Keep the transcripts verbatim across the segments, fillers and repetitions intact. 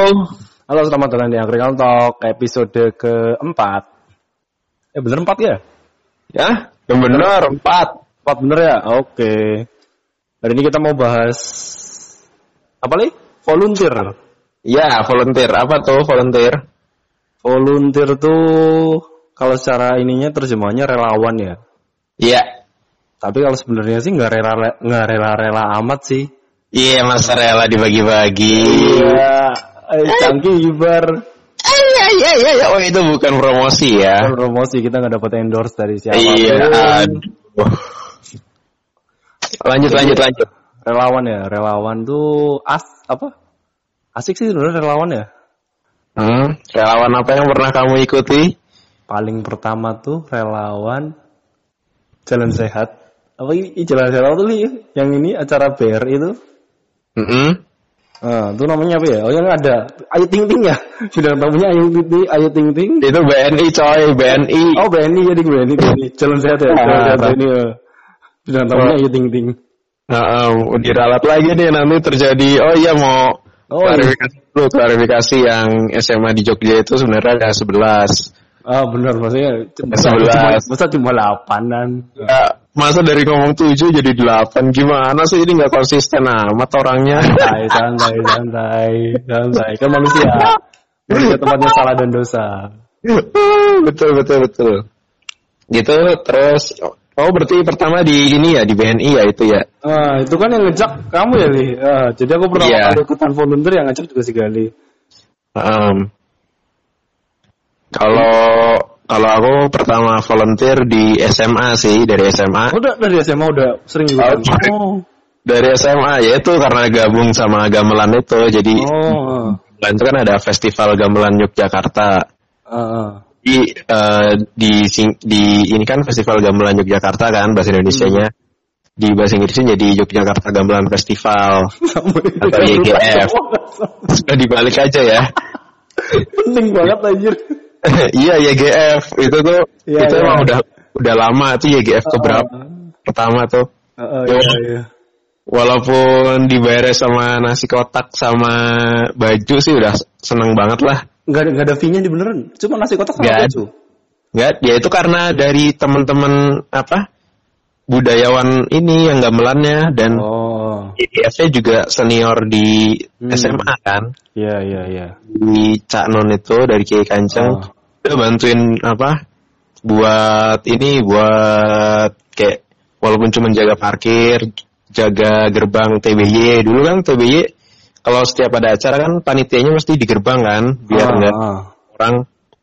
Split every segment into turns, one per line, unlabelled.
Halo, selamat datang di Agriculture Talk episode keempat. Eh bener empat ya?
Ya, yang bener empat.
Empat bener ya? Oke. Hari ini kita mau bahas apa nih? Volunteer.
Ya, volunteer. Apa tuh volunteer?
Volunteer tuh kalau secara ininya terjemahnya relawan ya.
Iya.
Tapi kalau sebenarnya sih nggak rela nggak rela-rela amat sih.
Iya, masa rela dibagi-bagi.
Iya. Eh, canggih Ibar.
Iya, iya, iya, iya. Oh, itu bukan promosi ya.
Bukan promosi, kita nggak dapat endorse dari siapa.
Iya. Aduh. Lanjut, lanjut, lanjut.
Relawan ya, relawan tuh as apa? Asik sih sebenarnya relawan ya.
Hmm, relawan apa yang pernah kamu ikuti?
Paling pertama tuh relawan Jalan Sehat. Apa ini Jalan Sehat tuh nih? Yang ini acara B R itu.
Mm-hmm.
Nah, itu namanya apa ya? Oh yang ada Ayu Ting Ting ya. Sudah tamunya Ayu Ting Ting, Ayu Ting Ting.
Itu B N I coy, B N I.
Oh B N I jadi B N I, B N I. Jalan Sehat ya. Jalan Sehat ini. Sudah tamunya Ayu Ting Ting.
Nah, um, diralat lagi nih nanti terjadi. Oh iya mau oh, klarifikasi iya. dulu, klarifikasi yang S M A di Jogja itu sebenarnya ada sebelas.
Ah benar maksudnya
sebelas.
Masa cuma delapanan.
Ya, masa dari ngomong tujuh jadi delapan. Gimana sih ini nggak konsisten amat orangnya?
Santai, santai, santai, santai. Kan manusia. Manusia tempatnya salah dan dosa.
Betul, betul, betul. Gitu terus. Oh berarti pertama di ini ya di B N I ya itu ya.
Ah itu kan yang ngejak kamu ya Li. Ah, jadi aku pernah yeah. ikutan volunteer yang ngejak juga si Gali.
Um, kalau kalau aku pertama volunteer di S M A sih dari S M A.
Oh, udah dari S M A udah sering ikutan.
Oh. Dari S M A ya itu karena gabung sama gamelan itu jadi. Oh. Itu kan ada festival gamelan Yogyakarta. Uh. Di uh, di di ini kan festival gamelan Yogyakarta kan bahasa Indonesianya. Hmm. Di bahasa Inggrisnya jadi Yogyakarta Gamelan Festival atau Y G F. Sudah dibalik aja ya.
Penting banget anjir.
Iya Y G F itu tuh ya, itu ya. Emang udah udah lama tuh Y G F uh, keberapa uh, pertama tuh. Uh, uh, iya, iya. Walaupun dibayar sama nasi kotak sama baju sih udah seneng banget lah.
Enggak enggak ada fee-nya di beneran. Cuma nasi kotak sama
gak,
baju.
Enggak, ya itu karena dari teman-teman apa? Budayawan ini yang gamelannya dan oh. Y G F-nya juga senior di hmm. S M A kan.
Iya, iya, iya.
Di Cak Non itu dari Kiai Kanceng. Oh. Dia bantuin apa? Buat ini buat kayak walaupun cuma jaga parkir, jaga gerbang T B Y. Dulu kan T B Y kalau setiap ada acara kan panitianya mesti di gerbang kan biar enggak oh. orang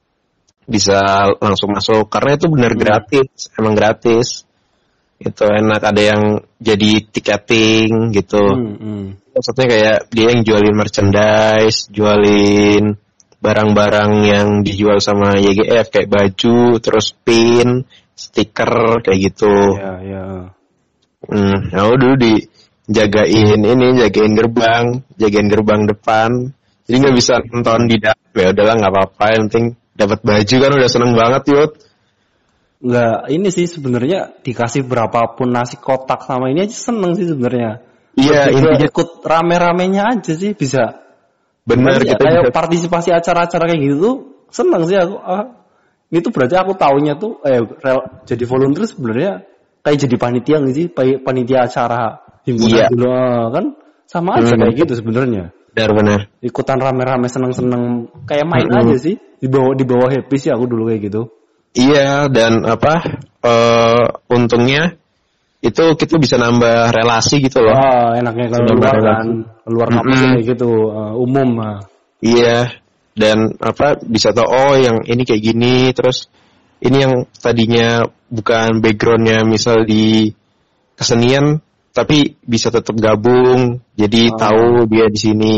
bisa langsung masuk karena itu benar hmm. gratis, emang gratis. Itu enak ada yang jadi tiketing gitu. Hmm, hmm. Maksudnya kayak dia yang jualin merchandise, jualin barang-barang yang dijual sama Y G F kayak baju, terus pin, stiker kayak gitu.
Iya, iya.
Hmm, ya dulu dijagain ini, jagain gerbang, jagain gerbang depan. Jadi nggak bisa nonton di dalam. Ya udahlah nggak apa-apa, yang penting dapat baju kan udah seneng banget yuk.
Enggak, ini sih sebenarnya dikasih berapapun nasi kotak sama ini aja seneng sih sebenarnya.
Iya,
intinya ikut rame-ramenya aja sih bisa.
Benar
kita kayak bisa. Partisipasi acara-acara kayak gitu tuh seneng sih aku. Ah, ini tuh berarti aku taunya tuh eh rel, jadi volunteer sebenarnya kayak jadi panitia nggak sih? Panitia acara himpunan iya. dulu kan sama aja hmm. kayak gitu sebenarnya.
Benar-benar.
Ikutan rame-rame seneng-seneng kayak main hmm. aja sih. Di bawah di bawah happy sih aku dulu kayak gitu.
Iya dan apa uh, untungnya itu kita bisa nambah relasi gitu loh.
Oh, enaknya kalau luar kan, luar kampus mm-hmm. kayak gitu uh, umum. Uh.
Iya dan apa bisa tau oh yang ini kayak gini terus ini yang tadinya bukan backgroundnya misal di kesenian tapi bisa tetap gabung jadi oh. tahu dia di sini.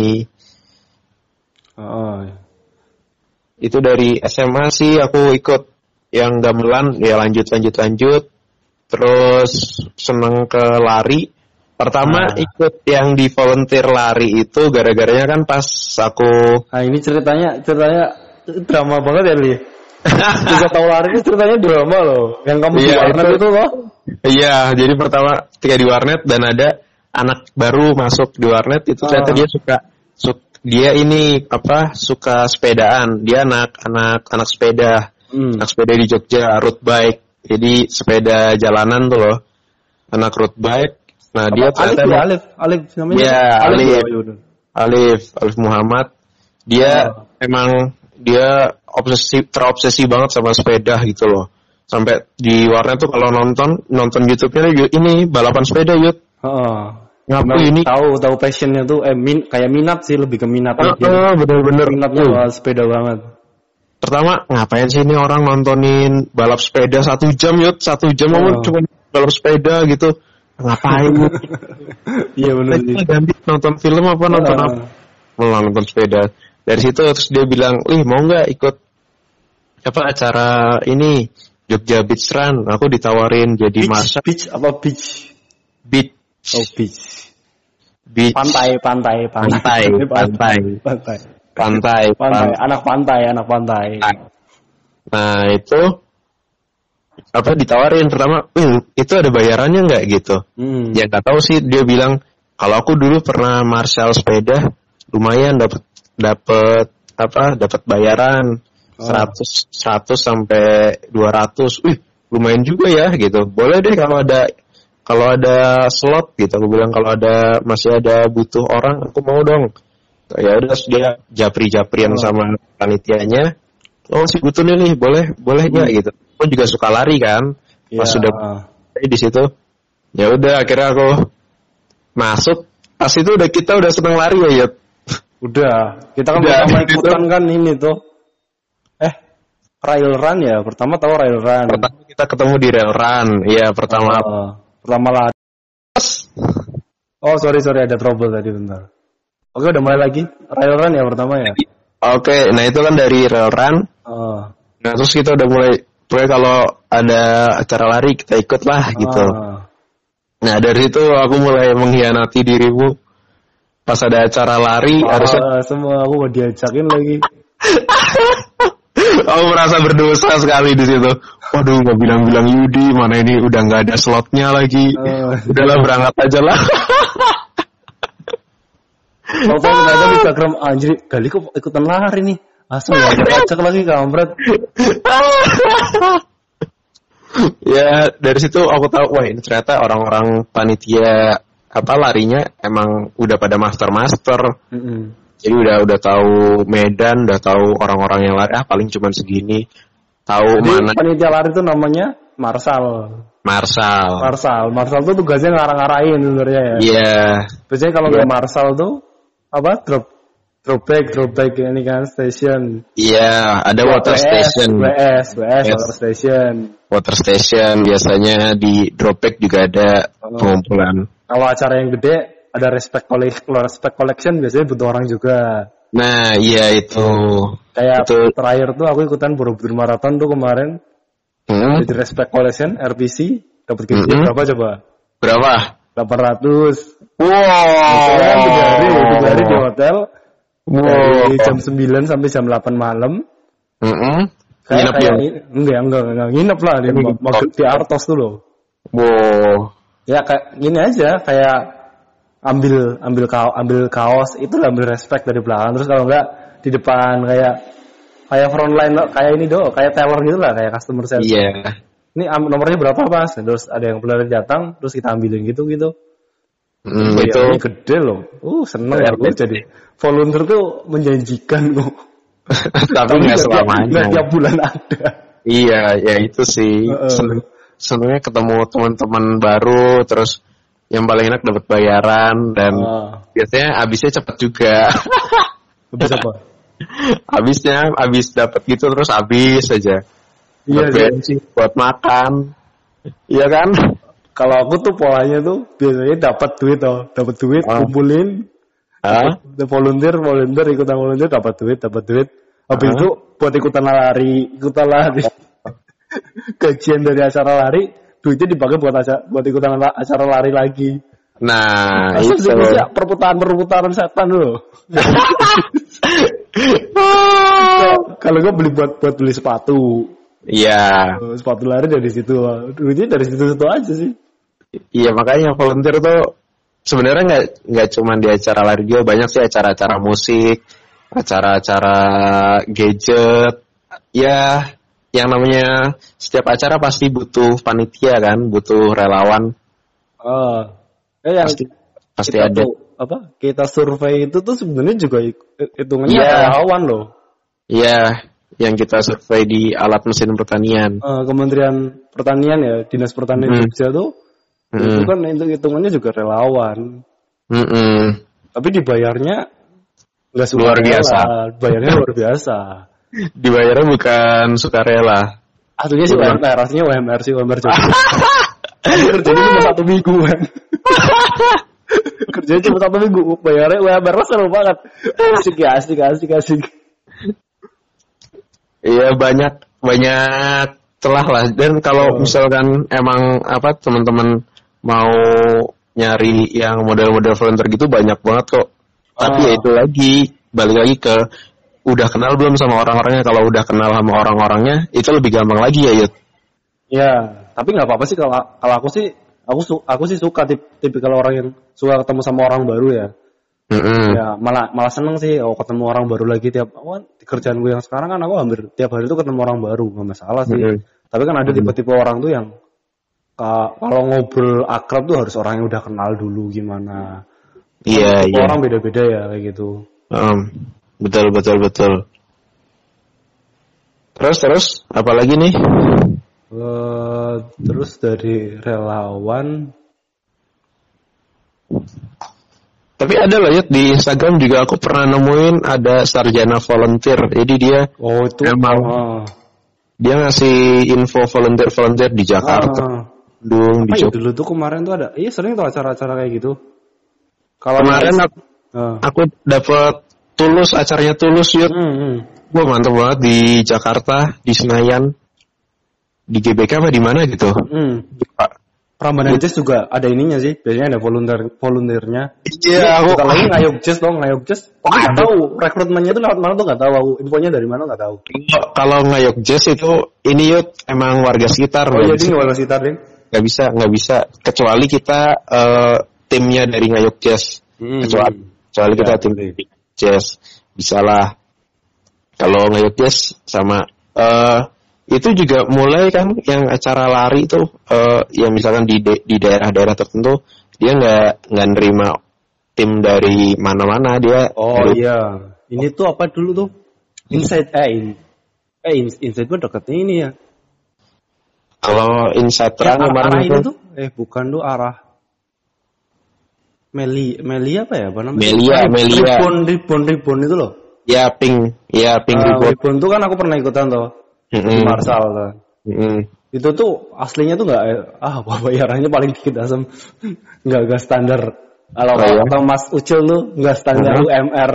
Oh. Itu dari S M A sih aku ikut yang gamelan ya lanjut lanjut lanjut terus seneng ke lari pertama nah. ikut yang di volunteer lari itu gara-garanya kan pas aku
nah ini ceritanya ceritanya drama banget ya Li. Bisa tahu lari itu ceritanya drama loh yang kamu iya, di warnet itu, itu loh
iya jadi pertama ketika di warnet dan ada anak baru masuk di warnet itu ternyata ah. dia suka suka dia ini apa suka sepedaan. Dia anak anak anak sepeda, hmm. anak sepeda di Jogja, road bike. Jadi sepeda jalanan tuh loh, anak road bike. Nah apa, dia ternyata
Alif, ya, Alif, Alif namanya.
Ya, Alif, Alif, Alif, Alif Muhammad. Dia oh. emang dia obsesi terobsesi banget sama sepeda gitu loh. Sampai di warnet tuh kalau nonton nonton YouTube-nya ini balapan sepeda Yud.
Oh.
Ngapain ini?
Tahu tahu passionnya tuh eh min, kayak minat sih lebih ke minat.
Oh, oh bener-bener
minatnya uh. sepeda banget.
Pertama ngapain sih ini orang nontonin balap sepeda satu jam Yud satu jam oh. cuma balap sepeda gitu. Ngapain?
Iya benar sih.
Ganti nonton film apa nonton uh. apa? Mau nonton sepeda. Dari situ terus dia bilang, "Ih, mau nggak ikut apa acara ini Jogja Beach Run?" Aku ditawarin jadi marshal.
Beach apa beach?
Beach.
Oh, beach.
Beach.
Pantai, pantai,
pantai, pantai, pantai,
pantai,
pantai,
pantai, anak pantai, anak pantai.
Nah itu apa ditawarin pertama, "Wih, itu ada bayarannya nggak gitu?" Hmm. Ya nggak tahu sih, dia bilang kalau aku dulu pernah marshal sepeda, lumayan dapat dapat apa dapat bayaran seratus seratus sampai dua ratus. Wih, lumayan juga ya gitu. Boleh deh kalau ada kalau ada slot gitu. Aku bilang kalau ada masih ada butuh orang, aku mau dong. Ya udah dia japri-japrian oh. sama panitianya. Oh, si butuh nih, boleh boleh nggak hmm. gitu. Aku juga suka lari kan. Pas yeah. sudah di situ, ya udah akhirnya aku masuk. Pas itu udah kita udah seneng lari ya, Yud.
Udah, kita kan udah, pertama ikutan kan ini tuh. Eh, Rail Run ya, pertama tahu Rail Run.
Pertama kita ketemu di Rail Run, iya pertama.
Oh, pertama lari. Oh sorry sorry ada trouble tadi bentar. Oke udah mulai lagi. Rail Run ya pertama ya.
Oke, nah itu kan dari Rail Run. Oh. Nah terus kita udah mulai, mulai kalau ada acara lari kita ikut lah gitu. Oh. Nah dari situ aku mulai mengkhianati dirimu. Pas ada acara lari oh, harusnya
semua aku mau diajakin lagi.
Aku merasa berdosa sekali di situ. Waduh, nggak bilang-bilang Yudi, mana ini udah nggak ada slotnya lagi. Uh, Udahlah berangkat aja lah.
Kalau ternyata di Instagram anjir, kali kok ikutan lari nih. Langsung ya ajak lagi kampret.
Ya dari situ aku tahu, wah ini ternyata orang-orang panitia apa larinya emang udah pada master-master. Mm-hmm. Jadi udah udah tahu medan, udah tahu orang-orang yang lari. Ah paling cuma segini. Tahu
jadi,
mana.
Panitia lari itu namanya Marsal.
Marsal.
Marsal. Marsal tuh tugasnya ngarang-ngarain sebenarnya ya. Iya. Yeah. Biasanya kalau nggak yeah. Marsal tuh apa? Drop drop back, drop back ini kan station.
Iya, yeah, ada water
W S,
station.
W S, W S, yes. Water station.
Water station biasanya di drop back juga ada oh. pengumpulan.
Kalau acara yang gede ada respect collect, respect collection biasanya butuh orang juga.
Nah, iya itu.
Kayak
itu.
Terakhir tuh aku ikutan Borobudur Marathon tuh kemarin. Hmm? Jadi respect collection R P C dapat gaji mm-hmm. berapa coba?
Berapa?
delapan ratus.
Wow.
Nah, tiga hari, tiga hari di hotel. Wow. Dari jam sembilan sampai jam delapan malam.
Mm-hmm.
Kayak, nginep kayak, ya? Enggak, enggak, enggak. Nginep lah di, di Artos tuh loh.
Wow.
Ya kayak gini aja, kayak ambil ambil kaos, ambil kaos itu lah ambil respect dari belakang. Terus kalau enggak di depan kayak kayak frontline kayak ini doh, kayak teller gitu lah, kayak customer service.
Iya. Yeah.
Ini nomornya berapa Mas? Terus ada yang pelari datang, terus kita ambilin gitu gitu.
Hmm,
itu
itu
gede loh. Uh, seneng ya aku jadi volunteer tuh menjanjikan kok.
Tapi nggak selamanya.
Nggak tiap bulan ada.
Iya, ya itu sih. Uh-uh. Seneng, senengnya ketemu teman-teman baru, terus yang paling enak dapat bayaran dan uh. biasanya habisnya cepet juga.
Habis apa?
Habisnya habis dapat gitu terus habis aja.
Iya
sih. Buat makan. Iya kan?
Kalau aku tuh polanya tuh biasanya dapat duit toh, dapat duit, oh. kumpulin,
ah,
volunteer, volunteer ikutan volunteer dapat duit, dapat duit. Habis ah. itu buat ikutan lari, ikutan lari. Gajian dari acara lari, duitnya dipakai buat acara, buat ikutan acara lari lagi.
Nah,
itu ya perputaran-perputaran setan loh. Kalau gue beli buat buat beli sepatu.
Iya.
Yeah. Sepatu lari dari situ. Duitnya dari situ-situ aja sih.
Iya, makanya volunteer tuh sebenarnya nggak nggak cuma di acara lari juga, banyak sih acara-acara musik, acara-acara gadget. Ya, yang namanya setiap acara pasti butuh panitia kan, butuh relawan.
Oh, eh yang
Pasti pasti
kita
ada.
tuh apa? Kita survei itu tuh sebenarnya juga hit- hitungannya
Iya.
relawan loh.
Iya, yang kita survei di alat mesin pertanian.
Eh, Kementerian Pertanian ya, Dinas Pertanian
Hmm.
Jogja tuh itu
Mm-mm.
kan itu hitungannya juga relawan.
Mm-mm.
Tapi dibayarnya nggak
Luar
sukarela,
biasa.
bayarnya luar biasa.
Dibayarnya bukan sukarela.
Aslinya sih U M R, aslinya U M R sih U M R Jogja. Tapi kerjanya cuma satu minggu kan. Kerjanya cuma satu minggu, bayarnya U M R seru banget. Asik ya, asik, asik, asik.
Iya, banyak banyak celah lah. Dan kalau
Oh.
misalkan emang apa teman-teman mau nyari yang model-model volunteer gitu banyak banget kok. Tapi
Oh.
ya itu lagi balik lagi ke udah kenal belum sama orang-orangnya. Kalau udah kenal sama orang-orangnya itu lebih gampang lagi ya, Yud.
Ya, tapi nggak apa-apa sih kalau kalau aku sih aku su- aku sih suka tip tipikal orang yang suka ketemu sama orang baru ya.
Mm-mm.
Ya malah malah seneng sih oh ketemu orang baru lagi tiap oh, di kerjaan gue yang sekarang kan aku hampir tiap hari tuh ketemu orang baru nggak masalah sih.
Mm-mm.
Tapi kan ada
Mm-mm.
tipe-tipe orang tuh yang ka- kalau ngobrol akrab tuh harus orang yang udah kenal dulu gimana.
Iya,
Tipe
iya.
orang beda-beda ya kayak gitu.
Um, betul, betul, betul. Terus, terus, apa lagi nih?
Eh, terus dari relawan,
Tapi ada loh ya di Instagram juga aku pernah nemuin ada sarjana volunteer. Jadi dia
oh itu
emang
ah,
dia ngasih info volunteer-volunteer di Jakarta,
ah.
Bandung, di
Apa ya
Jogja.
dulu tuh kemarin tuh ada, iya sering tuh acara-acara kayak gitu. Kalau
Kemarin
nggak-
aku,
ah.
aku dapat Tulus, acaranya Tulus yuk.
Hmm, hmm.
Wah mantap banget di Jakarta, di Senayan, di G B K apa di mana gitu.
Hmm.
Pak.
Prambanan Jazz juga ada ininya sih, biasanya ada volunteer volunteernya.
Iya, aku
Kita lagi ngayog jazz dong, ngayog jazz. Tapi nggak tahu rekrutmennya tuh lewat mana tuh nggak tahu aku. Infonya dari mana nggak tahu.
kalau ngayok jazz itu ini yuk emang warga sekitar.
Oh
nggak
jadi
bisa-
nggak warga sekitar deh.
nggak bisa nggak bisa kecuali kita eh, timnya dari ngayok jazz.
Hmm.
kecuali kecuali kita
Ya,
tim dari jazz bisa lah. Kalau ngayok jazz sama eh itu juga mulai kan yang acara lari itu eh yang misalkan di de- di daerah-daerah tertentu dia nggak nggak nerima tim dari mana-mana, dia
Oh
dari-
iya, ini tuh apa dulu tuh? Inside eh in, eh in, inside gue deketnya ini ya.
kalau inside
Ya,
run
arah,
kemarin
arah
itu
ini tuh, eh bukan tuh arah Meli, Meli apa ya? Apa namanya?
Melia,
Rib-
Melia.
Ribbon, ribbon, ribbon itu loh.
ya pink ya pink
Ah,
ribut.
ribbon tuh kan aku pernah ikutan tuh di
Mm-mm.
Marsal tuh.
Mm-mm.
Itu tuh aslinya tuh nggak ah bayarannya paling dikit asem nggak nggak standar. Kalau
Oh, iya?
kata Mas Ucil tuh nggak standar
Uh-huh.
U M R.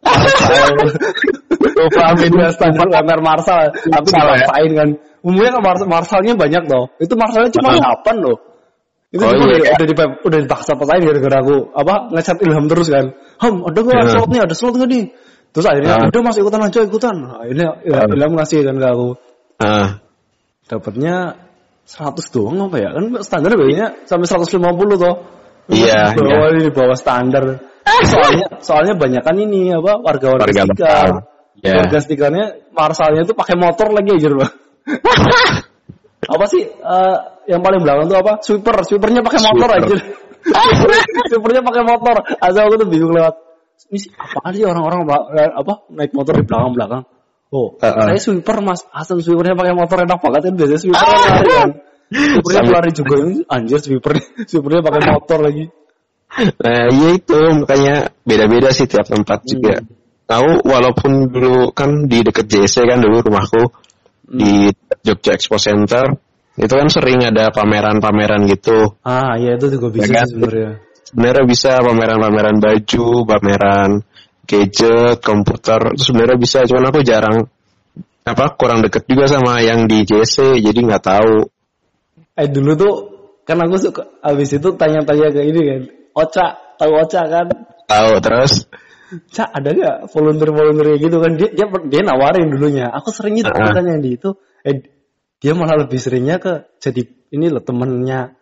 Lu pahamin
Nggak standar U M R Marsal, tapi
Marsal, ya?
dipaksain kan. Umumnya kan Mars- Marsalnya banyak loh. Itu Marsalnya cuma
Uh-huh.
delapan loh. Itu
Oh,
cuma
iya,
udah,
ya?
udah, dipa- udah dipaksa-paksain gara-gara aku apa ngecat Ilham terus kan. Ham, ada nggak
Uh-huh.
slot nih? Ada slot nggak nih? Terus akhirnya
Uh-huh.
udah Mas ikutan aja ikutan. Nah, akhirnya Ilham,
Uh-huh.
Ilham ngasih kan ke aku.
Ah,
Dapatnya seratus doang apa ya? Kan standar biasanya sampai seratus lima puluh toh.
Iya,
Di bawah
iya.
ini di bawah standar. Soalnya soalnya banyak kan ini apa warga-warga
Warga
stiker.
lokal. Ya.
Warga stikernya Marsalnya tuh pakai motor lagi aja loh. Apa sih eh, yang paling belakang tuh apa? Sweeper, sweepernya pakai motor
Sweeper.
aja. Sweepernya pakai motor. Asal aku tuh bingung lewat. Ini sih apaan sih orang-orang ba- apa naik motor di belakang-belakang. Oh,
Uh-uh.
saya sweeper mas, asal sweepernya pakai motor enak banget kan biasanya sweeper kan lari kan. Sweepernya
Sama-
lari juga ini anjir sweepernya, sweepernya pakai motor lagi.
Nah, iya itu makanya beda-beda sih tiap tempat juga. Tahu walaupun dulu kan di deket J C kan dulu rumahku di Jogja Expo Center itu kan sering ada pameran-pameran gitu.
Ah, iya itu juga bisa
Ya kan?
sih sebenarnya.
Sebenarnya bisa pameran-pameran baju, pameran gadget, komputer, itu sebenarnya bisa. Cuman aku jarang apa kurang deket juga sama yang di J C, jadi nggak tahu.
Eh dulu tuh kan aku suka abis itu tanya-tanya ke ini kan. Oca, tahu Oca kan?
Tahu terus?
Cak ada gak volunteer-volunteer gitu kan? Dia dia, dia nawarin dulunya. Aku seringnya
Uh-uh.
uh-huh. yang di itu. Eh dia malah lebih seringnya ke jadi ini loh temennya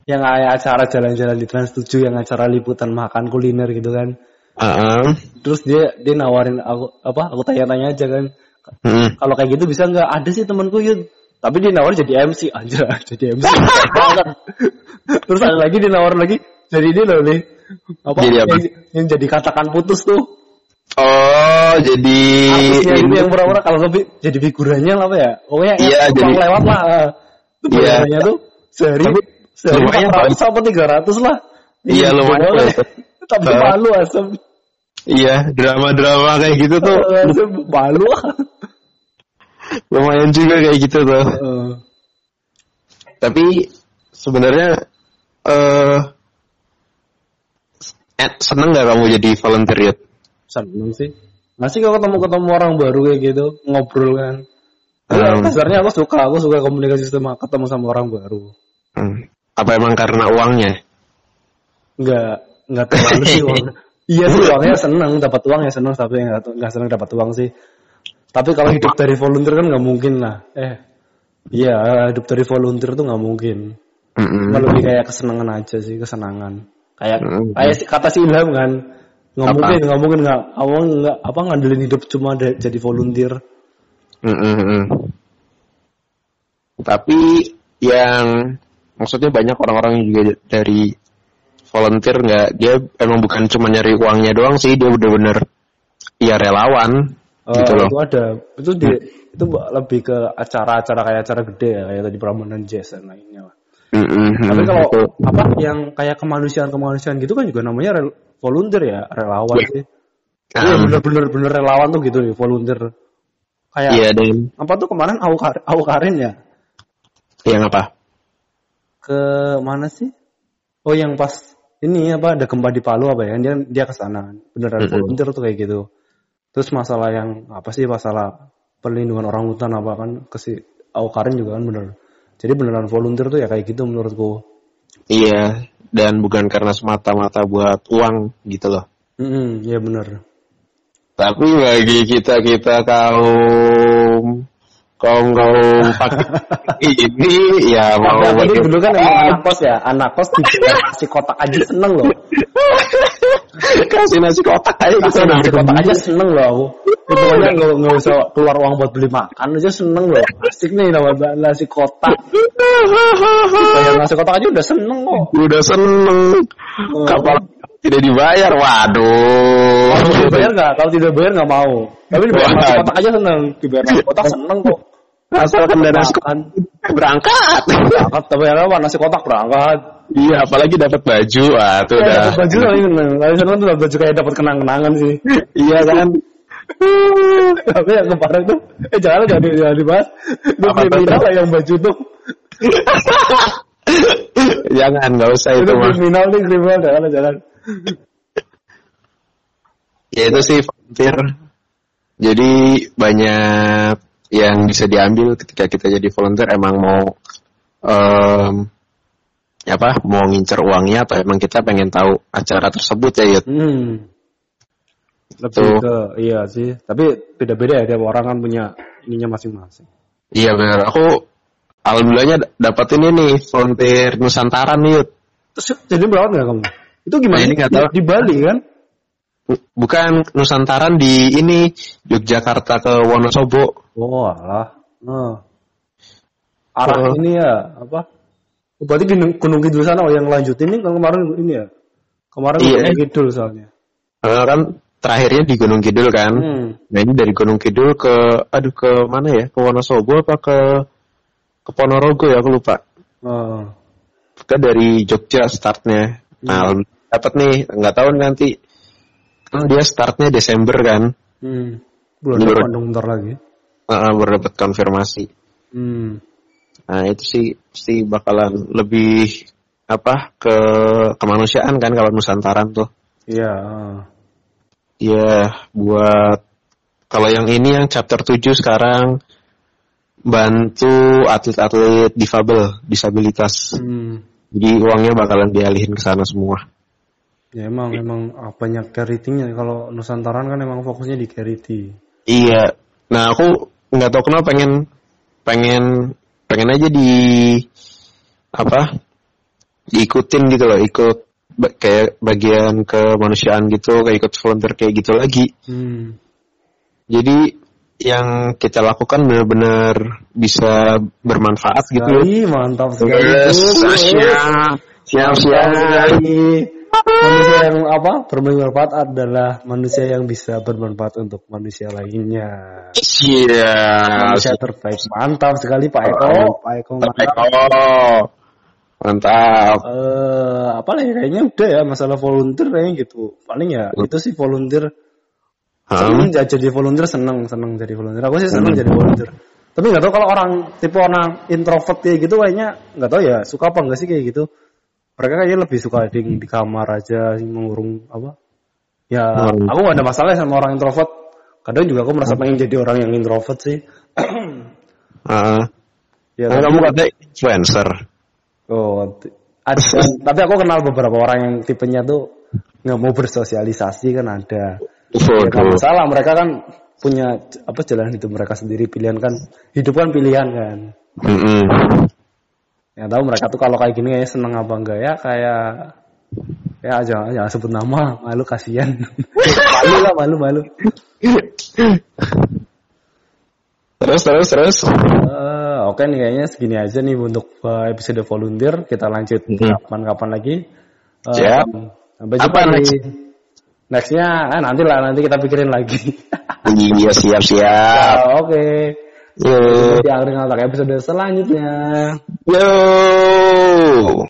yang kayak acara jalan-jalan di Trans tujuh, yang acara liputan makan kuliner gitu kan.
Uh-uh.
Terus dia dia nawarin aku apa? Aku tanya-tanya aja kan.
Hmm.
Kalau kayak gitu bisa nggak? Ada sih temanku Yud. Tapi dia nawarin jadi M C aja, jadi M C. Terus ada lagi dia nawarin lagi jadi ini loh nih. Apa?
Jadi apa?
Yang, yang jadi katakan putus tuh.
Oh, jadi
artisnya itu yang pura-pura kalau lebih jadi figurannya lah apa ya? Pokoknya
iya,
yang
jadi
lewat lah. Itu
iya.
bayarannya tuh sehari
Tapi
sehari
lumayan
empat ratus apa tiga ratus lah.
Iya, lumayan.
Lah. Tapi
Uh,
malu asem.
Iya, drama-drama kayak gitu tuh
Asem malu.
lumayan juga kayak gitu tuh.
Uh.
Tapi sebenarnya eh uh, seneng gak kamu jadi volunteer ya?
Seneng sih. Masih kalau ketemu-ketemu orang baru kayak gitu, ngobrol kan. Ya,
Um,
dasarnya aku suka, aku suka komunikasi sama ketemu sama orang baru.
hmm. Apa emang karena uangnya?
Enggak, enggak terlalu sih uang. Iya sih uangnya seneng, dapat uang ya seneng, tapi enggak enggak seneng dapat uang sih. Tapi kalau hidup dari volunteer kan nggak mungkin lah. Eh, iya hidup dari volunteer tuh nggak mungkin.
Mm-mm.
Lebih kayak kesenangan aja sih, kesenangan. Kayak
Mm-mm.
kayak si- kata si Ilham kan, nggak
Apa?
mungkin, nggak mungkin nggak, awang nggak apa ngandelin hidup cuma de- jadi volunteer.
Mm-mm. Tapi yang maksudnya banyak orang-orang yang juga dari volunteer nggak, dia emang bukan cuma nyari uangnya doang sih, dia bener-bener ya relawan
Oh,
gitu loh.
itu ada, itu di, itu lebih ke acara-acara kayak acara gede ya, kayak tadi Prambanan Jazz dan lainnya lah.
Mm-mm.
Tapi kalau
Itu.
apa yang kayak kemanusiaan-kemanusiaan gitu kan juga namanya rel- volunteer ya, relawan
Ya.
sih. Iya
Um,
bener-bener bener relawan tuh gitu nih, volunteer. Kayak
Iya dan
apa tuh kemarin Au Kar- Au Karin ya?
yang apa?
Ke mana sih? Oh yang pas ini apa ada gempa di Palu apa ya? Dia dia ke sana. Beneran
Mm-mm.
volunteer tuh kayak gitu. Terus masalah yang apa sih masalah perlindungan orang hutan apa kan ke si Au Karin juga kan bener. Jadi beneran volunteer tuh ya kayak gitu menurutku.
Iya, dan bukan karena semata-mata buat uang gitu loh.
Mm iya bener.
Tapi bagi kita-kita kaum kaum kaum pakai ini ya mau
Tapi aku ini
bagi-
dulu kan emang anak kos ya, anak kos si kotak aja seneng loh.
kasih nasi kotak aja
Kasih
gitu.
nasi kotak aja seneng loh aku. Itu pokoknya nggak nggak usah keluar uang buat beli makan aja seneng loh. Asik nih dapat nasi kotak. Bayar nasi kotak aja udah seneng kok.
Udah seneng. Kapal tidak dibayar, waduh.
Kalau tidak bayar nggak? Kalau tidak bayar nggak mau. Tapi dibayar nasi kotak aja seneng. Dibayar nasi kotak seneng kok.
Asalkan dari nasi kotak berangkat.
Berangkat tapi apa nasi kotak berangkat.
Iya, apalagi dapat baju, wah itu
Ya,
udah.
dapat baju lagi seneng. Tapi seneng tuh dapat baju kayak dapat kenang-kenangan sih.
Iya kan.
Tapi yang kemarin tuh, eh jangan jangan, di- jangan dibahas. Itu
Apa tuh?
kriminal lah yang baju tuh.
Jangan, nggak usah
Itu
itu mah.
kriminal nih kriminal jangan jangan.
Ya itu sih volunteer. Jadi banyak yang bisa diambil ketika kita jadi volunteer. Emang mau em, apa? Mau ngincer uangnya atau emang kita pengen tahu acara tersebut ya Yud?
Hmm. Lebih
Tuh.
ke iya sih. Tapi beda-beda ya tiap orang kan punya ininya masing-masing.
Iya benar. Aku alhamdulillahnya d- dapat ini nih volunteer Nusantara nih Yud.
Terus jadi berapa nggak kamu? Itu gimana?
Nah, ini nggak
di,
tahu.
di Bali kan?
Bu- Bukan Nusantara di ini Yogyakarta ke Wonosobo.
Oh alah. Oh. Arah
Oh.
ini ya apa? Oh, berarti Gunung, Gunung Kidul sana oh, yang lanjut ini kan kemarin ini ya. Kemarin
Iya.
Gunung Kidul soalnya.
Eh, kan terakhirnya di Gunung Kidul kan.
Hmm.
Nah ini dari Gunung Kidul ke aduh ke mana ya? Ke Wonosobo apa ke ke Ponorogo ya aku lupa.
Oh.
Kan dari Jogja startnya. Nah, dapat nih, nggak tahu nanti kan dia startnya Desember kan.
Hmm. Bulan
Ini baru-
depan dong bentar lagi.
Uh, baru dapat konfirmasi.
Hmm.
Nah, itu sih pasti bakalan lebih apa ke kemanusiaan kan kalau Nusantaran tuh.
Iya. ah.
Ya, buat kalau yang ini yang chapter tujuh sekarang bantu atlet-atlet difabel, disabilitas.
Hmm.
Jadi uangnya bakalan dialihin ke sana semua.
Ya emang emang ah, banyak charity-nya. Kalau Nusantaran kan emang fokusnya di charity.
Iya. Nah, aku nggak tahu kenapa pengen pengen pengen aja di apa ikutin gitu loh, ikut ba- kayak bagian kemanusiaan gitu, kayak ikut volunteer kayak gitu lagi.
Hmm.
Jadi yang kita lakukan benar-benar bisa bermanfaat gitu.
Sekali, mantap sekali.
Yes,
Tuh,
siap, siap, siap.
sekali. Manusia yang apa bermanfaat adalah manusia yang bisa bermanfaat untuk manusia lainnya.
Iya.
Manusia terbaik. Mantap sekali Pak Eko. Pak Eko
Pak
mantap.
Eko. Mantap.
Eh, apa lah ya, kayaknya udah ya masalah volunteer kayaknya gitu. Paling ya itu sih volunteer. Seneng
Hmm.
jadi volunteer, seneng seneng jadi volunteer. Aku sih seneng
Hmm.
jadi volunteer. Tapi nggak tahu kalau orang tipe orang introvert kayak gitu kayaknya nggak tahu ya suka apa enggak sih kayak gitu. Mereka kayaknya lebih suka di, di kamar aja mengurung apa. Ya
Hmm.
aku nggak ada masalah sama orang introvert. Kadang juga aku merasa pengen jadi orang yang introvert sih.
Uh,
Ya,
kan
tapi-
kamu katanya influencer.
Oh, t- ada, tapi aku kenal beberapa orang yang tipenya tuh nggak mau bersosialisasi kan ada. Ya, nggak
Waduh.
masalah, mereka kan punya apa jalan hidup mereka sendiri, pilihan kan, hidup kan pilihan kan.
Mm-mm.
Ya tahu mereka tuh kalau kayak gini kayak seneng apa enggak ya, kayak ya jangan jangan sebut nama, malu kasihan. Malu lah, malu malu.
Terus terus terus.
Eh, Oke nih kayaknya segini aja nih untuk uh, episode volunteer. Kita lanjut
Mhm.
kapan-kapan lagi. Eh,
Siap.
Sampai jumpa
Apa
di
next?
nextnya. Eh, nanti lah, nanti kita pikirin lagi.
Iya siap siap.
Ah, Oke.
Yo.
Di akhir episode selanjutnya.
Yo.